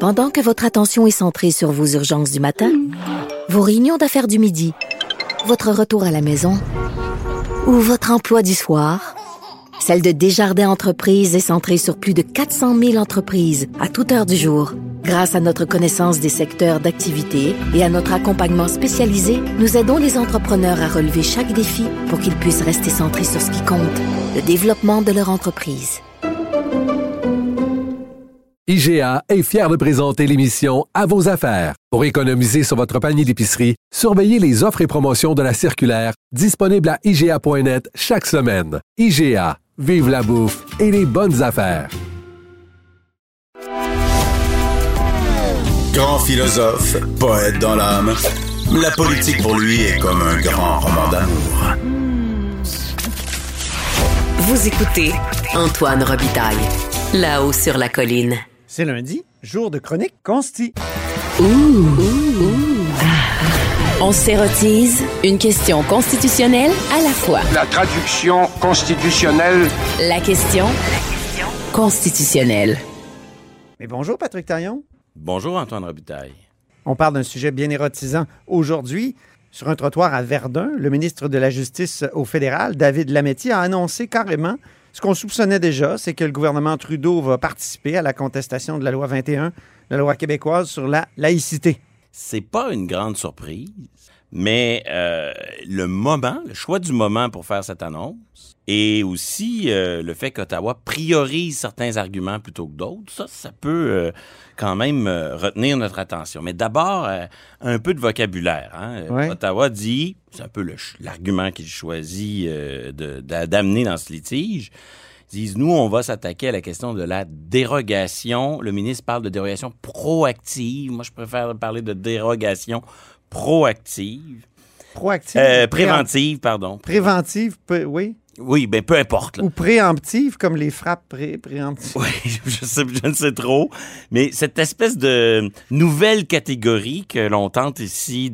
Pendant que votre attention est centrée sur vos urgences du matin, vos réunions d'affaires du midi, votre retour à la maison ou votre emploi du soir, celle de Desjardins Entreprises est centrée sur plus de 400 000 entreprises à toute heure du jour. Grâce à notre connaissance des secteurs d'activité et à notre accompagnement spécialisé, nous aidons les entrepreneurs à relever chaque défi pour qu'ils puissent rester centrés sur ce qui compte, le développement de leur entreprise. IGA est fier de présenter l'émission À vos affaires. Pour économiser sur votre panier d'épicerie, surveillez les offres et promotions de la circulaire disponible à IGA.net chaque semaine. IGA, vive la bouffe et les bonnes affaires. Grand philosophe, poète dans l'âme, la politique pour lui est comme un grand roman d'amour. Vous écoutez Antoine Robitaille, là-haut sur la colline. C'est lundi, jour de chronique consti. On s'érotise une question constitutionnelle à la fois. La traduction constitutionnelle. La question constitutionnelle. Mais bonjour Patrick Taillon. Bonjour Antoine Robitaille. On parle d'un sujet bien érotisant. Aujourd'hui, sur un trottoir à Verdun, le ministre de la Justice au fédéral, David Lametti, a annoncé carrément ce qu'on soupçonnait déjà, c'est que le gouvernement Trudeau va participer à la contestation de la loi 21, la loi québécoise sur la laïcité. C'est pas une grande surprise, mais le choix du moment pour faire cette annonce et aussi le fait qu'Ottawa priorise certains arguments plutôt que d'autres, ça peut quand même retenir notre attention. Mais d'abord, un peu de vocabulaire. Hein? Ouais. Ottawa dit, c'est un peu l'argument qu'il choisit d'amener dans ce litige, ils disent, nous, on va s'attaquer à la question de la dérogation. Le ministre parle de dérogation proactive. Moi, je préfère parler de dérogation proactive. Proactive? Préventive, pardon. Préventive, oui. Oui, bien, peu importe. Là. Ou préemptive, comme les frappes préemptives. Oui, je ne sais trop. Mais cette espèce de nouvelle catégorie que l'on tente ici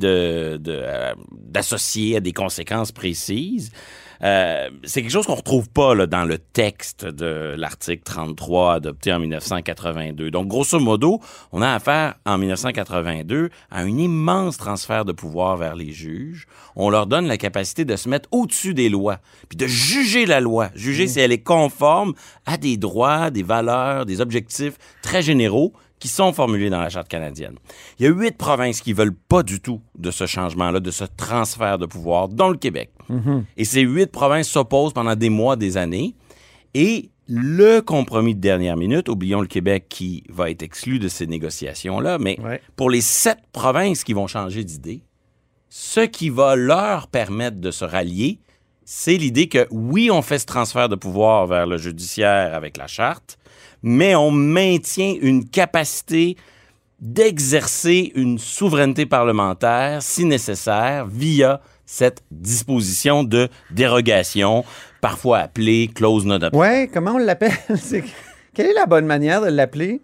d'associer à des conséquences précises, c'est quelque chose qu'on retrouve pas là, dans le texte de l'article 33 adopté en 1982. Donc, grosso modo, on a affaire en 1982 à un immense transfert de pouvoir vers les juges. On leur donne la capacité de se mettre au-dessus des lois, puis de juger la loi. Juger si elle est conforme à des droits, des valeurs, des objectifs très généraux qui sont formulés dans la Charte canadienne. Il y a 8 provinces qui veulent pas du tout de ce changement-là, de ce transfert de pouvoir, dont le Québec. Mm-hmm. Et ces 8 provinces s'opposent pendant des mois, des années. Et le compromis de dernière minute, oublions le Québec qui va être exclu de ces négociations-là, mais pour les 7 provinces qui vont changer d'idée, ce qui va leur permettre de se rallier, c'est l'idée que, oui, on fait ce transfert de pouvoir vers le judiciaire avec la Charte, mais on maintient une capacité d'exercer une souveraineté parlementaire, si nécessaire, via cette disposition de dérogation, parfois appelée clause non obstant. Oui, comment on l'appelle? Quelle est la bonne manière de l'appeler?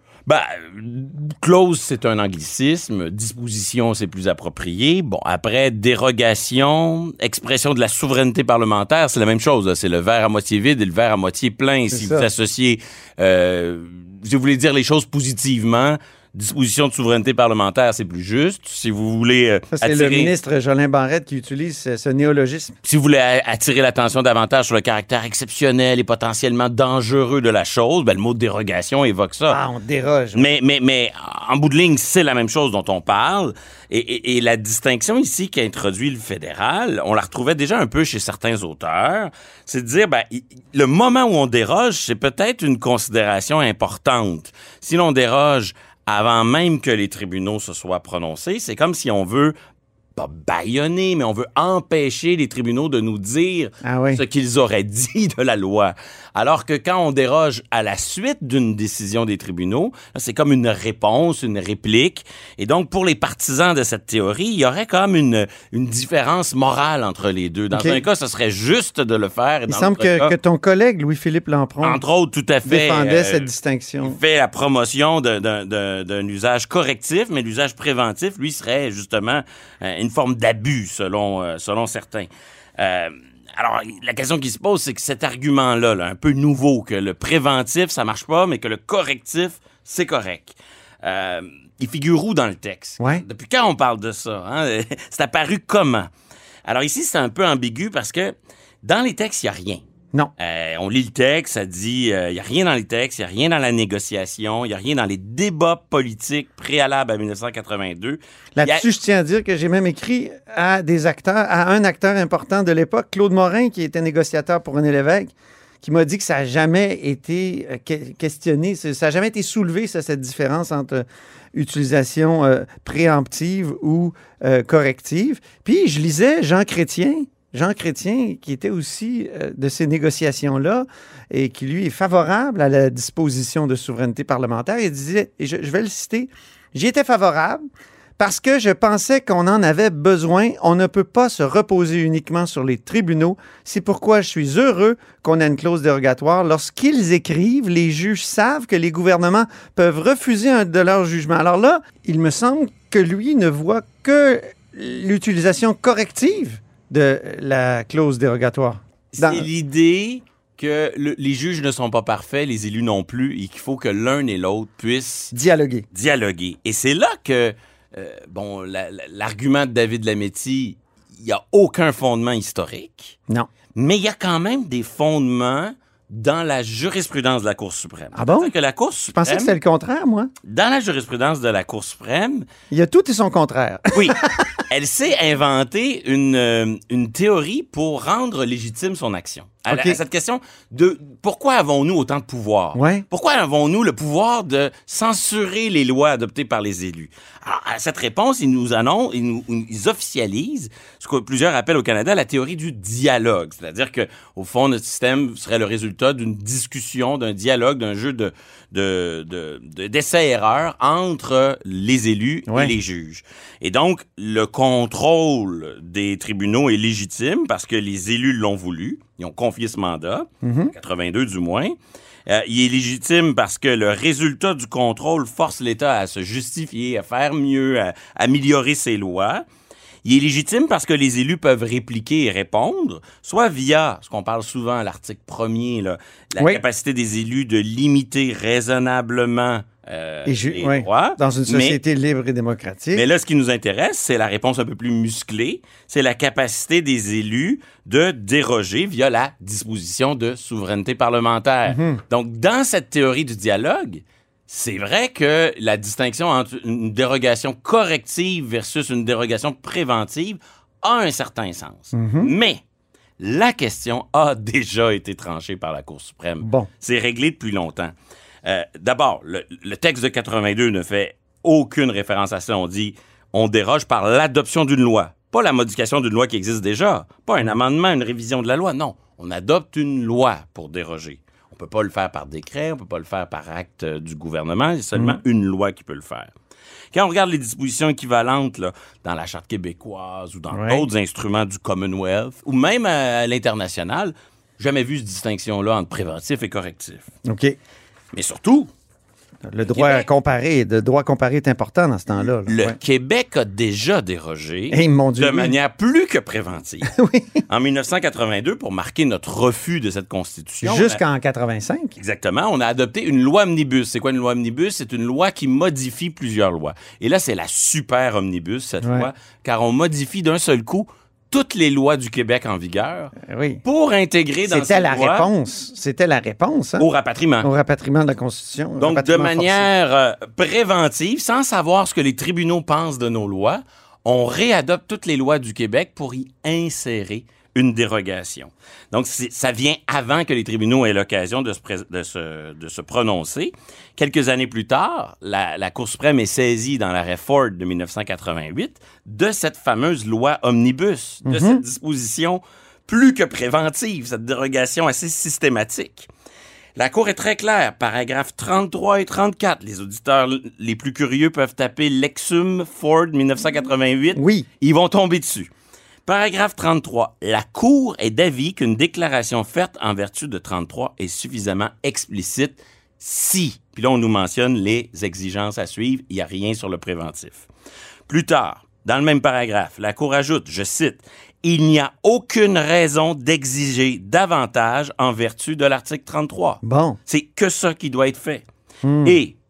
Clause, c'est un anglicisme. Disposition, c'est plus approprié. Bon, après, dérogation, expression de la souveraineté parlementaire, c'est la même chose. Là. C'est le verre à moitié vide et le verre à moitié plein. Si vous associez, si vous voulez dire les choses positivement, disposition de souveraineté parlementaire, c'est plus juste. Si vous voulez ça, c'est le ministre Jolin Barrette qui utilise ce néologisme. Si vous voulez attirer l'attention davantage sur le caractère exceptionnel et potentiellement dangereux de la chose, le mot dérogation évoque ça. Ah, on déroge. Mais en bout de ligne, c'est la même chose dont on parle. Et la distinction ici qu'a introduit le fédéral, on la retrouvait déjà un peu chez certains auteurs, c'est de dire, le moment où on déroge, c'est peut-être une considération importante. Si l'on déroge avant même que les tribunaux se soient prononcés, c'est comme si on veut, pas bâillonner, mais on veut empêcher les tribunaux de nous dire ce qu'ils auraient dit de la loi. Alors que quand on déroge à la suite d'une décision des tribunaux, là, c'est comme une réponse, une réplique. Et donc, pour les partisans de cette théorie, il y aurait comme une différence morale entre les deux. Dans un cas, ce serait juste de le faire. Et il semble que ton collègue, Louis-Philippe Lampron, entre autres, tout à fait, défendait cette distinction. Il fait la promotion d'un usage correctif, mais l'usage préventif, lui, serait justement une forme d'abus, selon certains. Alors, la question qui se pose, c'est que cet argument-là, un peu nouveau, que le préventif, ça marche pas, mais que le correctif, c'est correct. il figure où dans le texte? Ouais. Depuis quand on parle de ça? Hein? C'est apparu comment? Alors ici, c'est un peu ambigu parce que dans les textes, il n'y a rien. Non. On lit le texte, ça dit, il n'y a rien dans les textes, il n'y a rien dans la négociation, il n'y a rien dans les débats politiques préalables à 1982. Là-dessus, je tiens à dire que j'ai même écrit à un acteur important de l'époque, Claude Morin, qui était négociateur pour René Lévesque, qui m'a dit que ça n'a jamais été questionné, ça n'a jamais été soulevé, cette différence entre utilisation préemptive ou corrective. Puis, je lisais Jean Chrétien, qui était aussi de ces négociations-là et qui, lui, est favorable à la disposition de souveraineté parlementaire. Il disait, et je vais le citer, « J'y étais favorable parce que je pensais qu'on en avait besoin. On ne peut pas se reposer uniquement sur les tribunaux. C'est pourquoi je suis heureux qu'on ait une clause dérogatoire. Lorsqu'ils écrivent, les juges savent que les gouvernements peuvent refuser un de leurs jugements. » Alors là, il me semble que lui ne voit que l'utilisation corrective de la clause dérogatoire. C'est l'idée que les juges ne sont pas parfaits, les élus non plus, et qu'il faut que l'un et l'autre puissent dialoguer. Et c'est là que, l'argument de David Lametti, il n'y a aucun fondement historique. Non. Mais il y a quand même des fondements dans la jurisprudence de la Cour suprême. Ah bon? Que la Cour suprême, je pensais que c'était le contraire, moi. Dans la jurisprudence de la Cour suprême... Il y a tout et son contraire. Oui. Elle s'est inventée une théorie pour rendre légitime son action. À cette question de pourquoi avons-nous autant de pouvoir? Ouais. Pourquoi avons-nous le pouvoir de censurer les lois adoptées par les élus? Alors, à cette réponse, ils officialisent ce que plusieurs appellent au Canada la théorie du dialogue. C'est-à-dire que, au fond, notre système serait le résultat d'une discussion, d'un dialogue, d'un jeu d'essais-erreurs entre les élus et les juges. Et donc, le contrôle des tribunaux est légitime parce que les élus l'ont voulu. Ils ont confié ce mandat, 82 du moins. Il est légitime parce que le résultat du contrôle force l'État à se justifier, à faire mieux, à améliorer ses lois. Il est légitime parce que les élus peuvent répliquer et répondre, soit via, ce qu'on parle souvent à l'article 1er, la capacité des élus de limiter raisonnablement les droits. Dans une société libre et démocratique. Mais là, ce qui nous intéresse, c'est la réponse un peu plus musclée. C'est la capacité des élus de déroger via la disposition de souveraineté parlementaire. Donc, dans cette théorie du dialogue, c'est vrai que la distinction entre une dérogation corrective versus une dérogation préventive a un certain sens. Mais la question a déjà été tranchée par la Cour suprême. Bon. C'est réglé depuis longtemps. D'abord, le texte de 82 ne fait aucune référence à ça. On dit on déroge par l'adoption d'une loi, pas la modification d'une loi qui existe déjà, pas un amendement, une révision de la loi. Non, on adopte une loi pour déroger. On peut pas le faire par décret, on peut pas le faire par acte du gouvernement. C'est seulement une loi qui peut le faire. Quand on regarde les dispositions équivalentes là, dans la Charte québécoise ou dans d'autres instruments du Commonwealth ou même à l'international, jamais vu cette distinction-là entre préventif et correctif. OK. Mais surtout, le droit comparé est important dans ce temps-là. Le Québec a déjà dérogé de manière plus que préventive. Oui. En 1982, pour marquer notre refus de cette Constitution. Jusqu'en 85. Exactement. On a adopté une loi omnibus. C'est quoi une loi omnibus? C'est une loi qui modifie plusieurs lois. Et là, c'est la super omnibus, cette loi, car on modifie d'un seul coup toutes les lois du Québec en vigueur pour intégrer dans cette loi... C'était la réponse. Hein? Au rapatriement. Au rapatriement de la Constitution. Donc, de manière préventive, sans savoir ce que les tribunaux pensent de nos lois, on réadopte toutes les lois du Québec pour y insérer une dérogation. Donc, ça vient avant que les tribunaux aient l'occasion de se prononcer. Quelques années plus tard, la Cour suprême est saisie dans l'arrêt Ford de 1988 de cette fameuse loi omnibus, de cette disposition plus que préventive, cette dérogation assez systématique. La Cour est très claire, paragraphes 33 et 34. Les auditeurs les plus curieux peuvent taper Lexum Ford 1988. Oui. Ils vont tomber dessus. Paragraphe 33. La Cour est d'avis qu'une déclaration faite en vertu de 33 est suffisamment explicite si, puis là on nous mentionne les exigences à suivre, il n'y a rien sur le préventif. Plus tard, dans le même paragraphe, la Cour ajoute, je cite, « Il n'y a aucune raison d'exiger davantage en vertu de l'article 33. » Bon. C'est que ça qui doit être fait. Et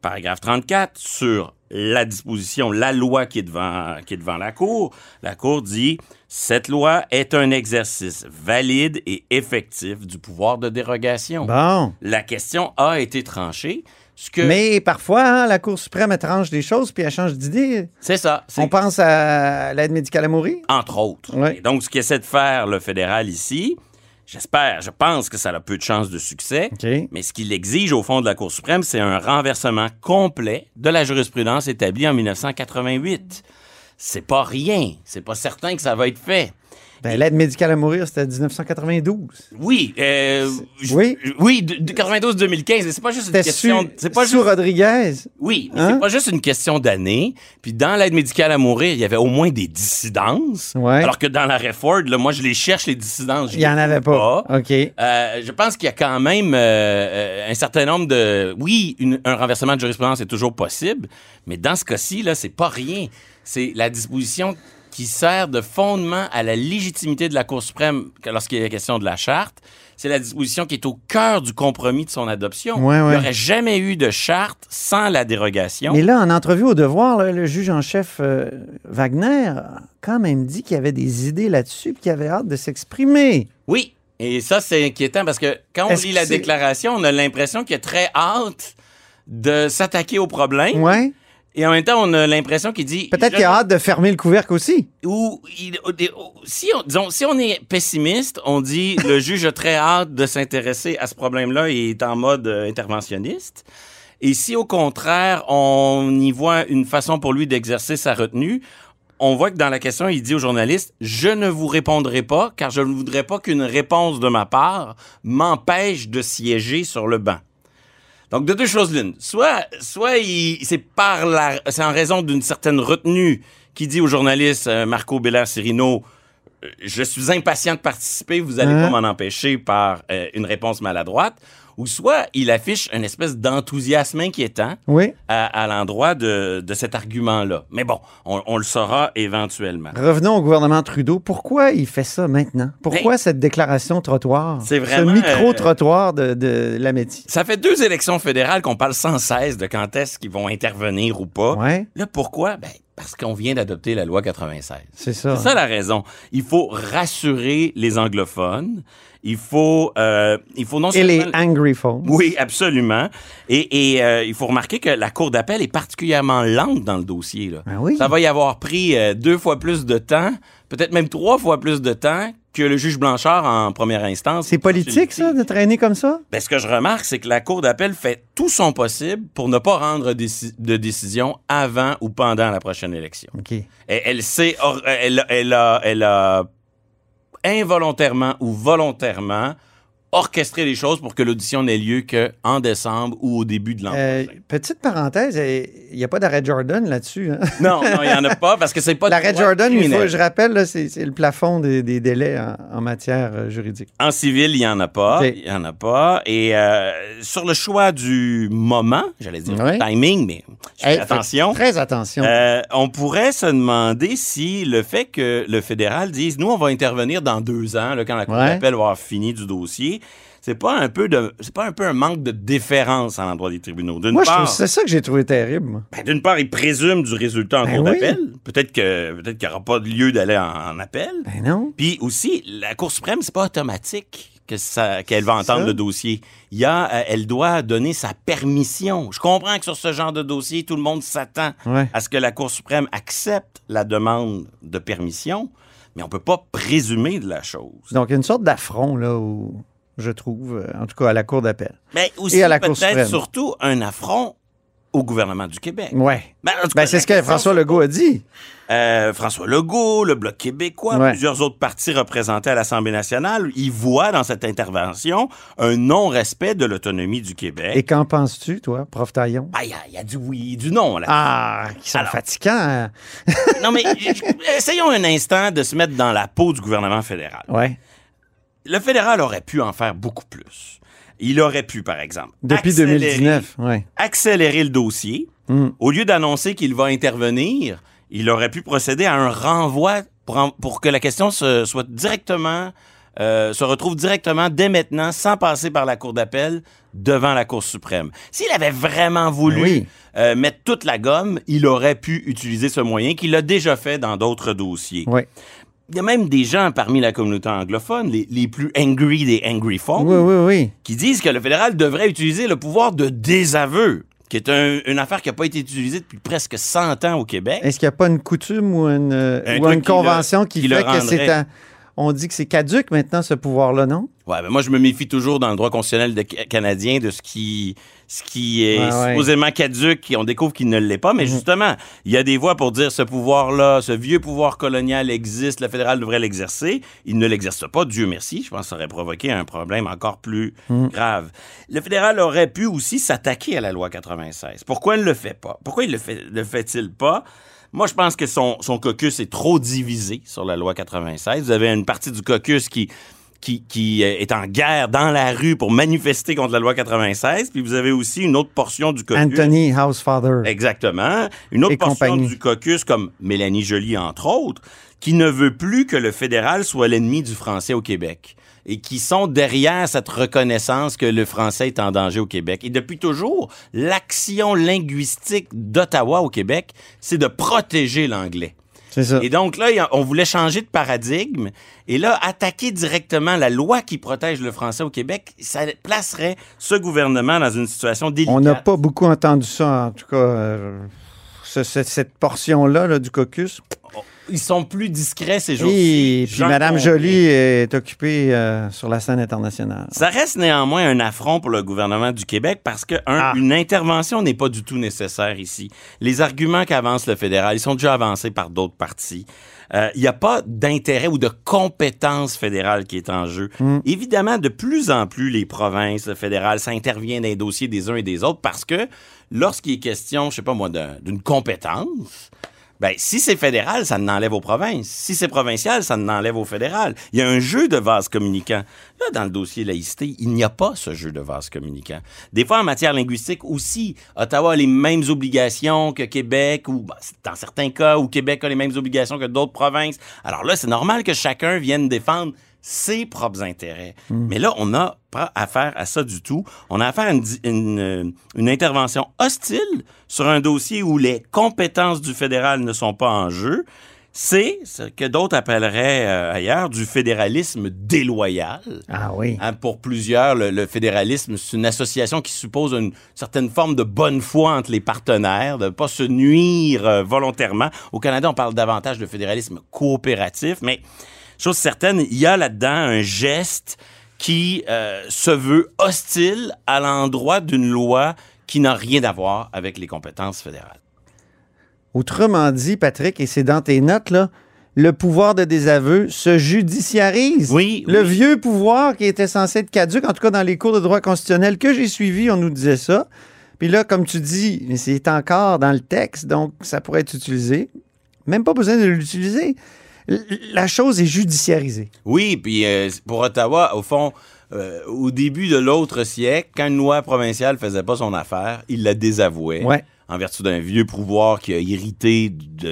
paragraphe 34, sur la disposition, la loi qui est devant la Cour. La Cour dit « Cette loi est un exercice valide et effectif du pouvoir de dérogation. » Bon. La question a été tranchée. Mais parfois, hein, la Cour suprême, elle tranche des choses puis elle change d'idée. C'est ça. On pense à l'aide médicale à mourir. Entre autres. Ouais. Et donc, ce qu'essaie de faire le fédéral ici, je pense que ça a peu de chances de succès, OK. mais ce qu'il exige au fond de la Cour suprême, c'est un renversement complet de la jurisprudence établie en 1988. C'est pas rien. C'est pas certain que ça va être fait. Ben, l'aide médicale à mourir, c'était 1992. Oui. Oui? Oui, de 92-2015. C'est pas juste une question... C'est pas sous Rodriguez. Oui, mais Hein? c'est pas juste une question d'année. Puis dans l'aide médicale à mourir, il y avait au moins des dissidences. Ouais. Alors que dans l'arrêt Ford, là, moi, je les cherche, les dissidences. Il n'y en avait pas. OK. Je pense qu'il y a quand même un certain nombre de... Oui, un renversement de jurisprudence est toujours possible, mais dans ce cas-ci, là, c'est pas rien. C'est la disposition qui sert de fondement à la légitimité de la Cour suprême lorsqu'il y a question de la charte. C'est la disposition qui est au cœur du compromis de son adoption. Ouais. Il n'y aurait jamais eu de charte sans la dérogation. Mais là, en entrevue au Devoir, là, le juge en chef Wagner a quand même dit qu'il y avait des idées là-dessus et qu'il avait hâte de s'exprimer. Oui, et ça, c'est inquiétant parce que quand on lit la déclaration, on a l'impression qu'il a très hâte de s'attaquer au problème. Ouais. Et en même temps, on a l'impression qu'il dit... Peut-être qu'il a hâte de fermer le couvercle aussi. Si on est pessimiste, on dit le juge a très hâte de s'intéresser à ce problème-là et est en mode interventionniste. Et si au contraire, on y voit une façon pour lui d'exercer sa retenue, on voit que dans la question, il dit aux journalistes « Je ne vous répondrai pas car je ne voudrais pas qu'une réponse de ma part m'empêche de siéger sur le banc. » Donc, de deux choses l'une. Soit c'est en raison d'une certaine retenue qui dit aux journalistes Marco Beller-Cirino, je suis impatient de participer, vous allez pas m'en empêcher par une réponse maladroite. Ou soit il affiche une espèce d'enthousiasme inquiétant à l'endroit de cet argument-là. Mais bon, on le saura éventuellement. Revenons au gouvernement Trudeau. Pourquoi il fait ça maintenant? Pourquoi cette déclaration trottoir? C'est vraiment, ce micro-trottoir de Lametti. Ça fait 2 élections fédérales qu'on parle sans cesse de quand est-ce qu'ils vont intervenir ou pas. Ouais. Là, pourquoi? Parce qu'on vient d'adopter la loi 96. C'est ça. C'est ça la raison. Il faut rassurer les anglophones. Il faut non seulement... Et les anglophones. Oui, absolument. Et il faut remarquer que la Cour d'appel est particulièrement lente dans le dossier. Là. Ben oui. Ça va y avoir pris 2 fois plus de temps, peut-être même 3 fois plus de temps que le juge Blanchard en première instance. C'est politique, ça, de traîner comme ça? Ce que je remarque, c'est que la Cour d'appel fait tout son possible pour ne pas rendre de décision avant ou pendant la prochaine élection. OK. Elle a involontairement ou volontairement orchestrer les choses pour que l'audition n'ait lieu qu'en décembre ou au début de l'an prochain. Petite parenthèse, il n'y a pas d'arrêt Jordan là-dessus. Hein? Non, il n'y en a pas parce que c'est pas... L'arrêt Jordan, je rappelle, là, c'est le plafond des délais en matière juridique. En civil, il n'y en a pas. Okay. Il n'y en a pas. Et sur le choix du moment, j'allais dire timing, mais attention. Très attention. On pourrait se demander si le fait que le fédéral dise, nous, on va intervenir dans 2 ans, là, quand la Cour d'appel va avoir fini du dossier, c'est pas un peu un manque de déférence à l'endroit des tribunaux. C'est ça que j'ai trouvé terrible. Moi. D'une part, ils présument du résultat en cour d'appel. Peut-être qu'il n'y aura pas de lieu d'aller en appel. Ben non. Puis aussi, la Cour suprême, c'est pas automatique qu'elle va entendre le dossier. Elle doit donner sa permission. Je comprends que sur ce genre de dossier, tout le monde s'attend à ce que la Cour suprême accepte la demande de permission, mais on peut pas présumer de la chose. Donc, il y a une sorte d'affront, là, où... je trouve, en tout cas à la Cour d'appel. Mais aussi, et à la Cour suprême. Peut-être surtout un affront au gouvernement du Québec. Oui. C'est ce que François Legault a dit. François Legault, le Bloc québécois, plusieurs autres partis représentés à l'Assemblée nationale, ils voient dans cette intervention un non-respect de l'autonomie du Québec. Et qu'en penses-tu, toi, prof Taillon? Il y a du oui et du non. Là. Qui sont fatigants. Non, mais essayons un instant de se mettre dans la peau du gouvernement fédéral. Oui. Le fédéral aurait pu en faire beaucoup plus. Il aurait pu, par exemple, depuis 2019, accélérer le dossier. Au lieu d'annoncer qu'il va intervenir, il aurait pu procéder à un renvoi pour que la question soit directement se retrouve directement, dès maintenant, sans passer par la Cour d'appel, devant la Cour suprême. S'il avait vraiment voulu mettre toute la gomme, il aurait pu utiliser ce moyen qu'il a déjà fait dans d'autres dossiers. Oui. Il y a même des gens parmi la communauté anglophone, les plus angry des angry folk, qui disent que le fédéral devrait utiliser le pouvoir de désaveu, qui est une affaire qui n'a pas été utilisée depuis presque 100 ans au Québec. Est-ce qu'il n'y a pas une coutume ou une convention qui fait que c'est on dit que c'est caduc maintenant, ce pouvoir-là, non? Ouais, ben moi, je me méfie toujours dans le droit constitutionnel canadien de ce qui est supposément caduc, et on découvre qu'il ne l'est pas. Mais justement, il y a des voix pour dire ce pouvoir-là, ce vieux pouvoir colonial existe, le fédéral devrait l'exercer. Il ne l'exerce pas, Dieu merci. Je pense que ça aurait provoqué un problème encore plus grave. Le fédéral aurait pu aussi s'attaquer à la loi 96. Pourquoi il ne le fait pas? Pourquoi le fait-il pas? Moi, je pense que son caucus est trop divisé sur la loi 96. Vous avez une partie du caucus qui est en guerre dans la rue pour manifester contre la loi 96, puis vous avez aussi une autre portion du caucus. Anthony Housefather. Exactement. Une autre portion du caucus, comme Mélanie Joly, entre autres, qui ne veut plus que le fédéral soit l'ennemi du français au Québec et qui sont derrière cette reconnaissance que le français est en danger au Québec. Et depuis toujours, l'action linguistique d'Ottawa au Québec, c'est de protéger l'anglais. C'est ça. Et donc là, on voulait changer de paradigme. Et là, attaquer directement la loi qui protège le français au Québec, ça placerait ce gouvernement dans une situation délicate. On n'a pas beaucoup entendu ça, en tout cas, cette portion-là là, du caucus. Ils sont plus discrets ces jours-ci. Et puis Mme Joly est occupée sur la scène internationale. Ça reste néanmoins un affront pour le gouvernement du Québec parce que, une intervention n'est pas du tout nécessaire ici. Les arguments qu'avance le fédéral, ils sont déjà avancés par d'autres partis. Il n'y a pas d'intérêt ou de compétence fédérale qui est en jeu. Évidemment, de plus en plus, les provinces, le fédéral, ça intervient dans les dossiers des uns et des autres parce que lorsqu'il est question, je sais pas moi, d'une compétence... Ben, si c'est fédéral, ça n'enlève aux provinces. Si c'est provincial, ça n'enlève au fédéral. Il y a un jeu de vase communicant. Là, dans le dossier laïcité, il n'y a pas ce jeu de vase communicant. Des fois, en matière linguistique aussi, Ottawa a les mêmes obligations que Québec, ou dans certains cas, où Québec a les mêmes obligations que d'autres provinces. Alors là, c'est normal que chacun vienne défendre ses propres intérêts. Mais là, on n'a pas affaire à ça du tout. On a affaire à une intervention hostile sur un dossier où les compétences du fédéral ne sont pas en jeu. C'est ce que d'autres appelleraient ailleurs du fédéralisme déloyal. Ah oui. Pour plusieurs, le fédéralisme, c'est une association qui suppose une certaine forme de bonne foi entre les partenaires, de ne pas se nuire volontairement. Au Canada, on parle davantage de fédéralisme coopératif, mais... chose certaine, il y a là-dedans un geste qui se veut hostile à l'endroit d'une loi qui n'a rien à voir avec les compétences fédérales. Autrement dit, Patrick, et c'est dans tes notes, là, le pouvoir de désaveu se judiciarise. Oui. Le vieux pouvoir qui était censé être caduc, en tout cas dans les cours de droit constitutionnel que j'ai suivis, on nous disait ça. Puis là, comme tu dis, c'est encore dans le texte, donc ça pourrait être utilisé. Même pas besoin de l'utiliser. La chose est judiciarisée. Oui, puis pour Ottawa, au fond, au début de l'autre siècle, quand une loi provinciale faisait pas son affaire, il la désavouait. Ouais. En vertu d'un vieux pouvoir qui a hérité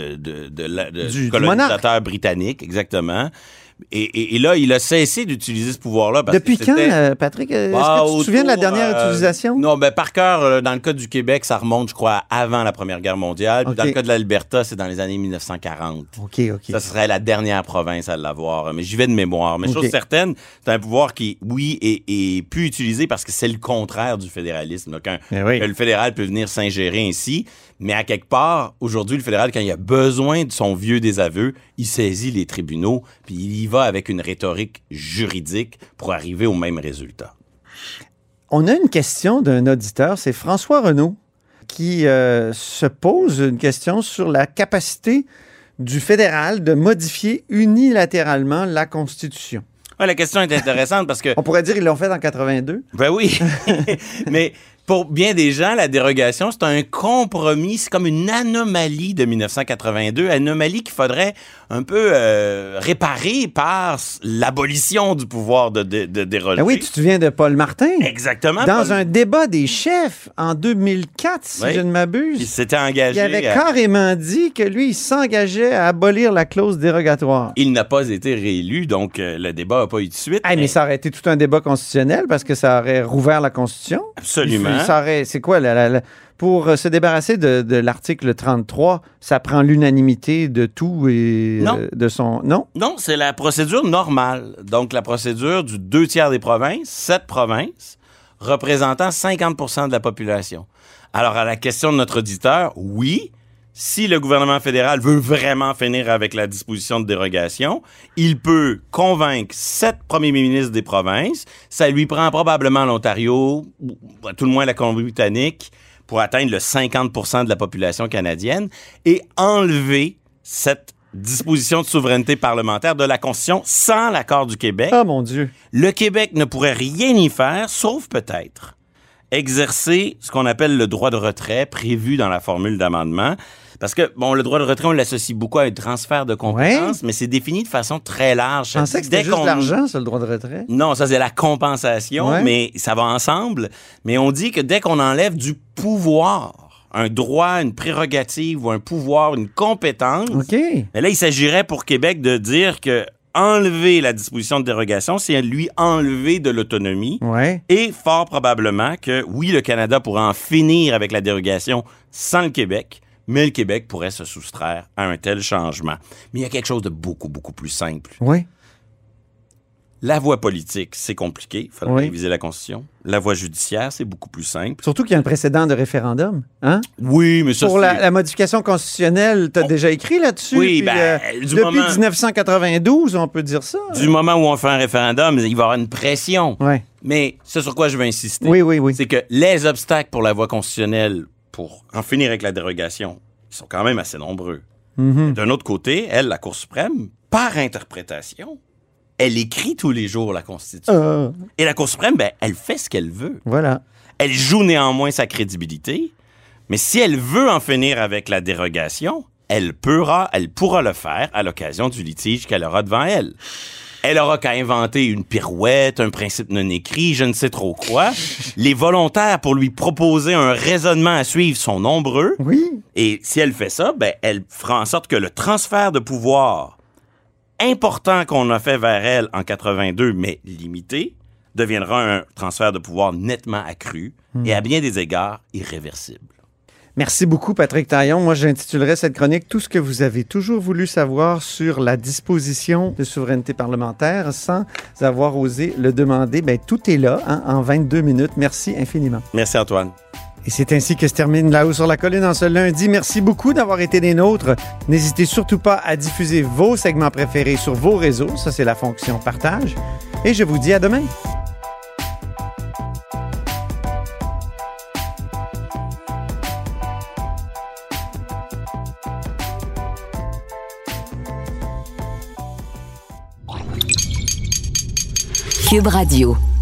du colonisateur britannique, exactement. Et là, il a cessé d'utiliser ce pouvoir-là. Depuis quand, Patrick? Est-ce que tu te souviens de la dernière utilisation? Non, par cœur, dans le cas du Québec, ça remonte, je crois, avant la Première Guerre mondiale. Puis dans le cas de l'Alberta, c'est dans les années 1940. OK. Ça serait la dernière province à l'avoir. Mais j'y vais de mémoire. Mais chose certaine, c'est un pouvoir qui, oui, est plus utilisé parce que c'est le contraire du fédéralisme. Que le fédéral peut venir s'ingérer ainsi. Mais à quelque part, aujourd'hui, le fédéral, quand il a besoin de son vieux désaveu, il saisit les tribunaux, puis il y va avec une rhétorique juridique pour arriver au même résultat. On a une question d'un auditeur, c'est François Renaud, qui se pose une question sur la capacité du fédéral de modifier unilatéralement la Constitution. Ouais, la question est intéressante parce que... On pourrait dire qu'ils l'ont fait en 82. Ben oui, mais Pour bien des gens, la dérogation, c'est un compromis, c'est comme une anomalie de 1982, anomalie qu'il faudrait un peu réparer par l'abolition du pouvoir de déroger. Ben oui, tu te souviens de Paul Martin? Exactement. Dans un débat des chefs en 2004, si je ne m'abuse. Il s'était engagé. Il avait carrément dit que lui, il s'engageait à abolir la clause dérogatoire. Il n'a pas été réélu, donc le débat n'a pas eu de suite. Mais ça aurait été tout un débat constitutionnel parce que ça aurait rouvert la Constitution. Absolument. C'est quoi, pour se débarrasser de l'article 33, ça prend l'unanimité de tout et de son... Non? Non, c'est la procédure normale. Donc, la procédure du 2/3 des provinces, 7 provinces, représentant 50% de la population. Alors, à la question de notre auditeur, oui, si le gouvernement fédéral veut vraiment finir avec la disposition de dérogation, il peut convaincre 7 premiers ministres des provinces. Ça lui prend probablement l'Ontario, ou à tout le moins la Colombie-Britannique, pour atteindre le 50% de la population canadienne et enlever cette disposition de souveraineté parlementaire de la Constitution sans l'accord du Québec. Ah, mon Dieu! Le Québec ne pourrait rien y faire, sauf peut-être exercer ce qu'on appelle le droit de retrait prévu dans la formule d'amendement. Parce que, bon, le droit de retrait, on l'associe beaucoup à un transfert de compétences, mais c'est défini de façon très large. Je pensais que c'était juste l'argent, ça, le droit de retrait. Non, ça, c'est la compensation, mais ça va ensemble. Mais on dit que dès qu'on enlève du pouvoir, un droit, une prérogative ou un pouvoir, une compétence, mais là, il s'agirait pour Québec de dire que enlever la disposition de dérogation, c'est lui enlever de l'autonomie. Et fort probablement que, oui, le Canada pourrait en finir avec la dérogation sans le Québec, mais le Québec pourrait se soustraire à un tel changement. Mais il y a quelque chose de beaucoup, beaucoup plus simple. La voie politique, c'est compliqué. Il faudrait réviser la Constitution. La voie judiciaire, c'est beaucoup plus simple. Surtout qu'il y a un précédent de référendum. Hein? Oui, mais ça, pour la modification constitutionnelle, tu as déjà écrit là-dessus. Oui, puis, depuis 1992, on peut dire ça. Du moment où on fait un référendum, il va y avoir une pression. Mais ce sur quoi je veux insister, c'est que les obstacles pour la voie constitutionnelle, pour en finir avec la dérogation, ils sont quand même assez nombreux. D'un autre côté, la Cour suprême, par interprétation, elle écrit tous les jours la Constitution. Et la Cour suprême, elle fait ce qu'elle veut. Voilà. Elle joue néanmoins sa crédibilité, mais si elle veut en finir avec la dérogation, elle pourra le faire à l'occasion du litige qu'elle aura devant elle. Elle aura qu'à inventer une pirouette, un principe non écrit, je ne sais trop quoi. Les volontaires pour lui proposer un raisonnement à suivre sont nombreux. Et si elle fait ça, elle fera en sorte que le transfert de pouvoir important qu'on a fait vers elle en 82, mais limité, deviendra un transfert de pouvoir nettement accru et à bien des égards irréversible. Merci beaucoup, Patrick Taillon. Moi, j'intitulerais cette chronique « Tout ce que vous avez toujours voulu savoir sur la disposition de souveraineté parlementaire sans avoir osé le demander ». Tout est là, en 22 minutes. Merci infiniment. Merci, Antoine. Et c'est ainsi que se termine Là-haut sur la colline en ce lundi. Merci beaucoup d'avoir été des nôtres. N'hésitez surtout pas à diffuser vos segments préférés sur vos réseaux. Ça, c'est la fonction partage. Et je vous dis à demain. Cube Radio.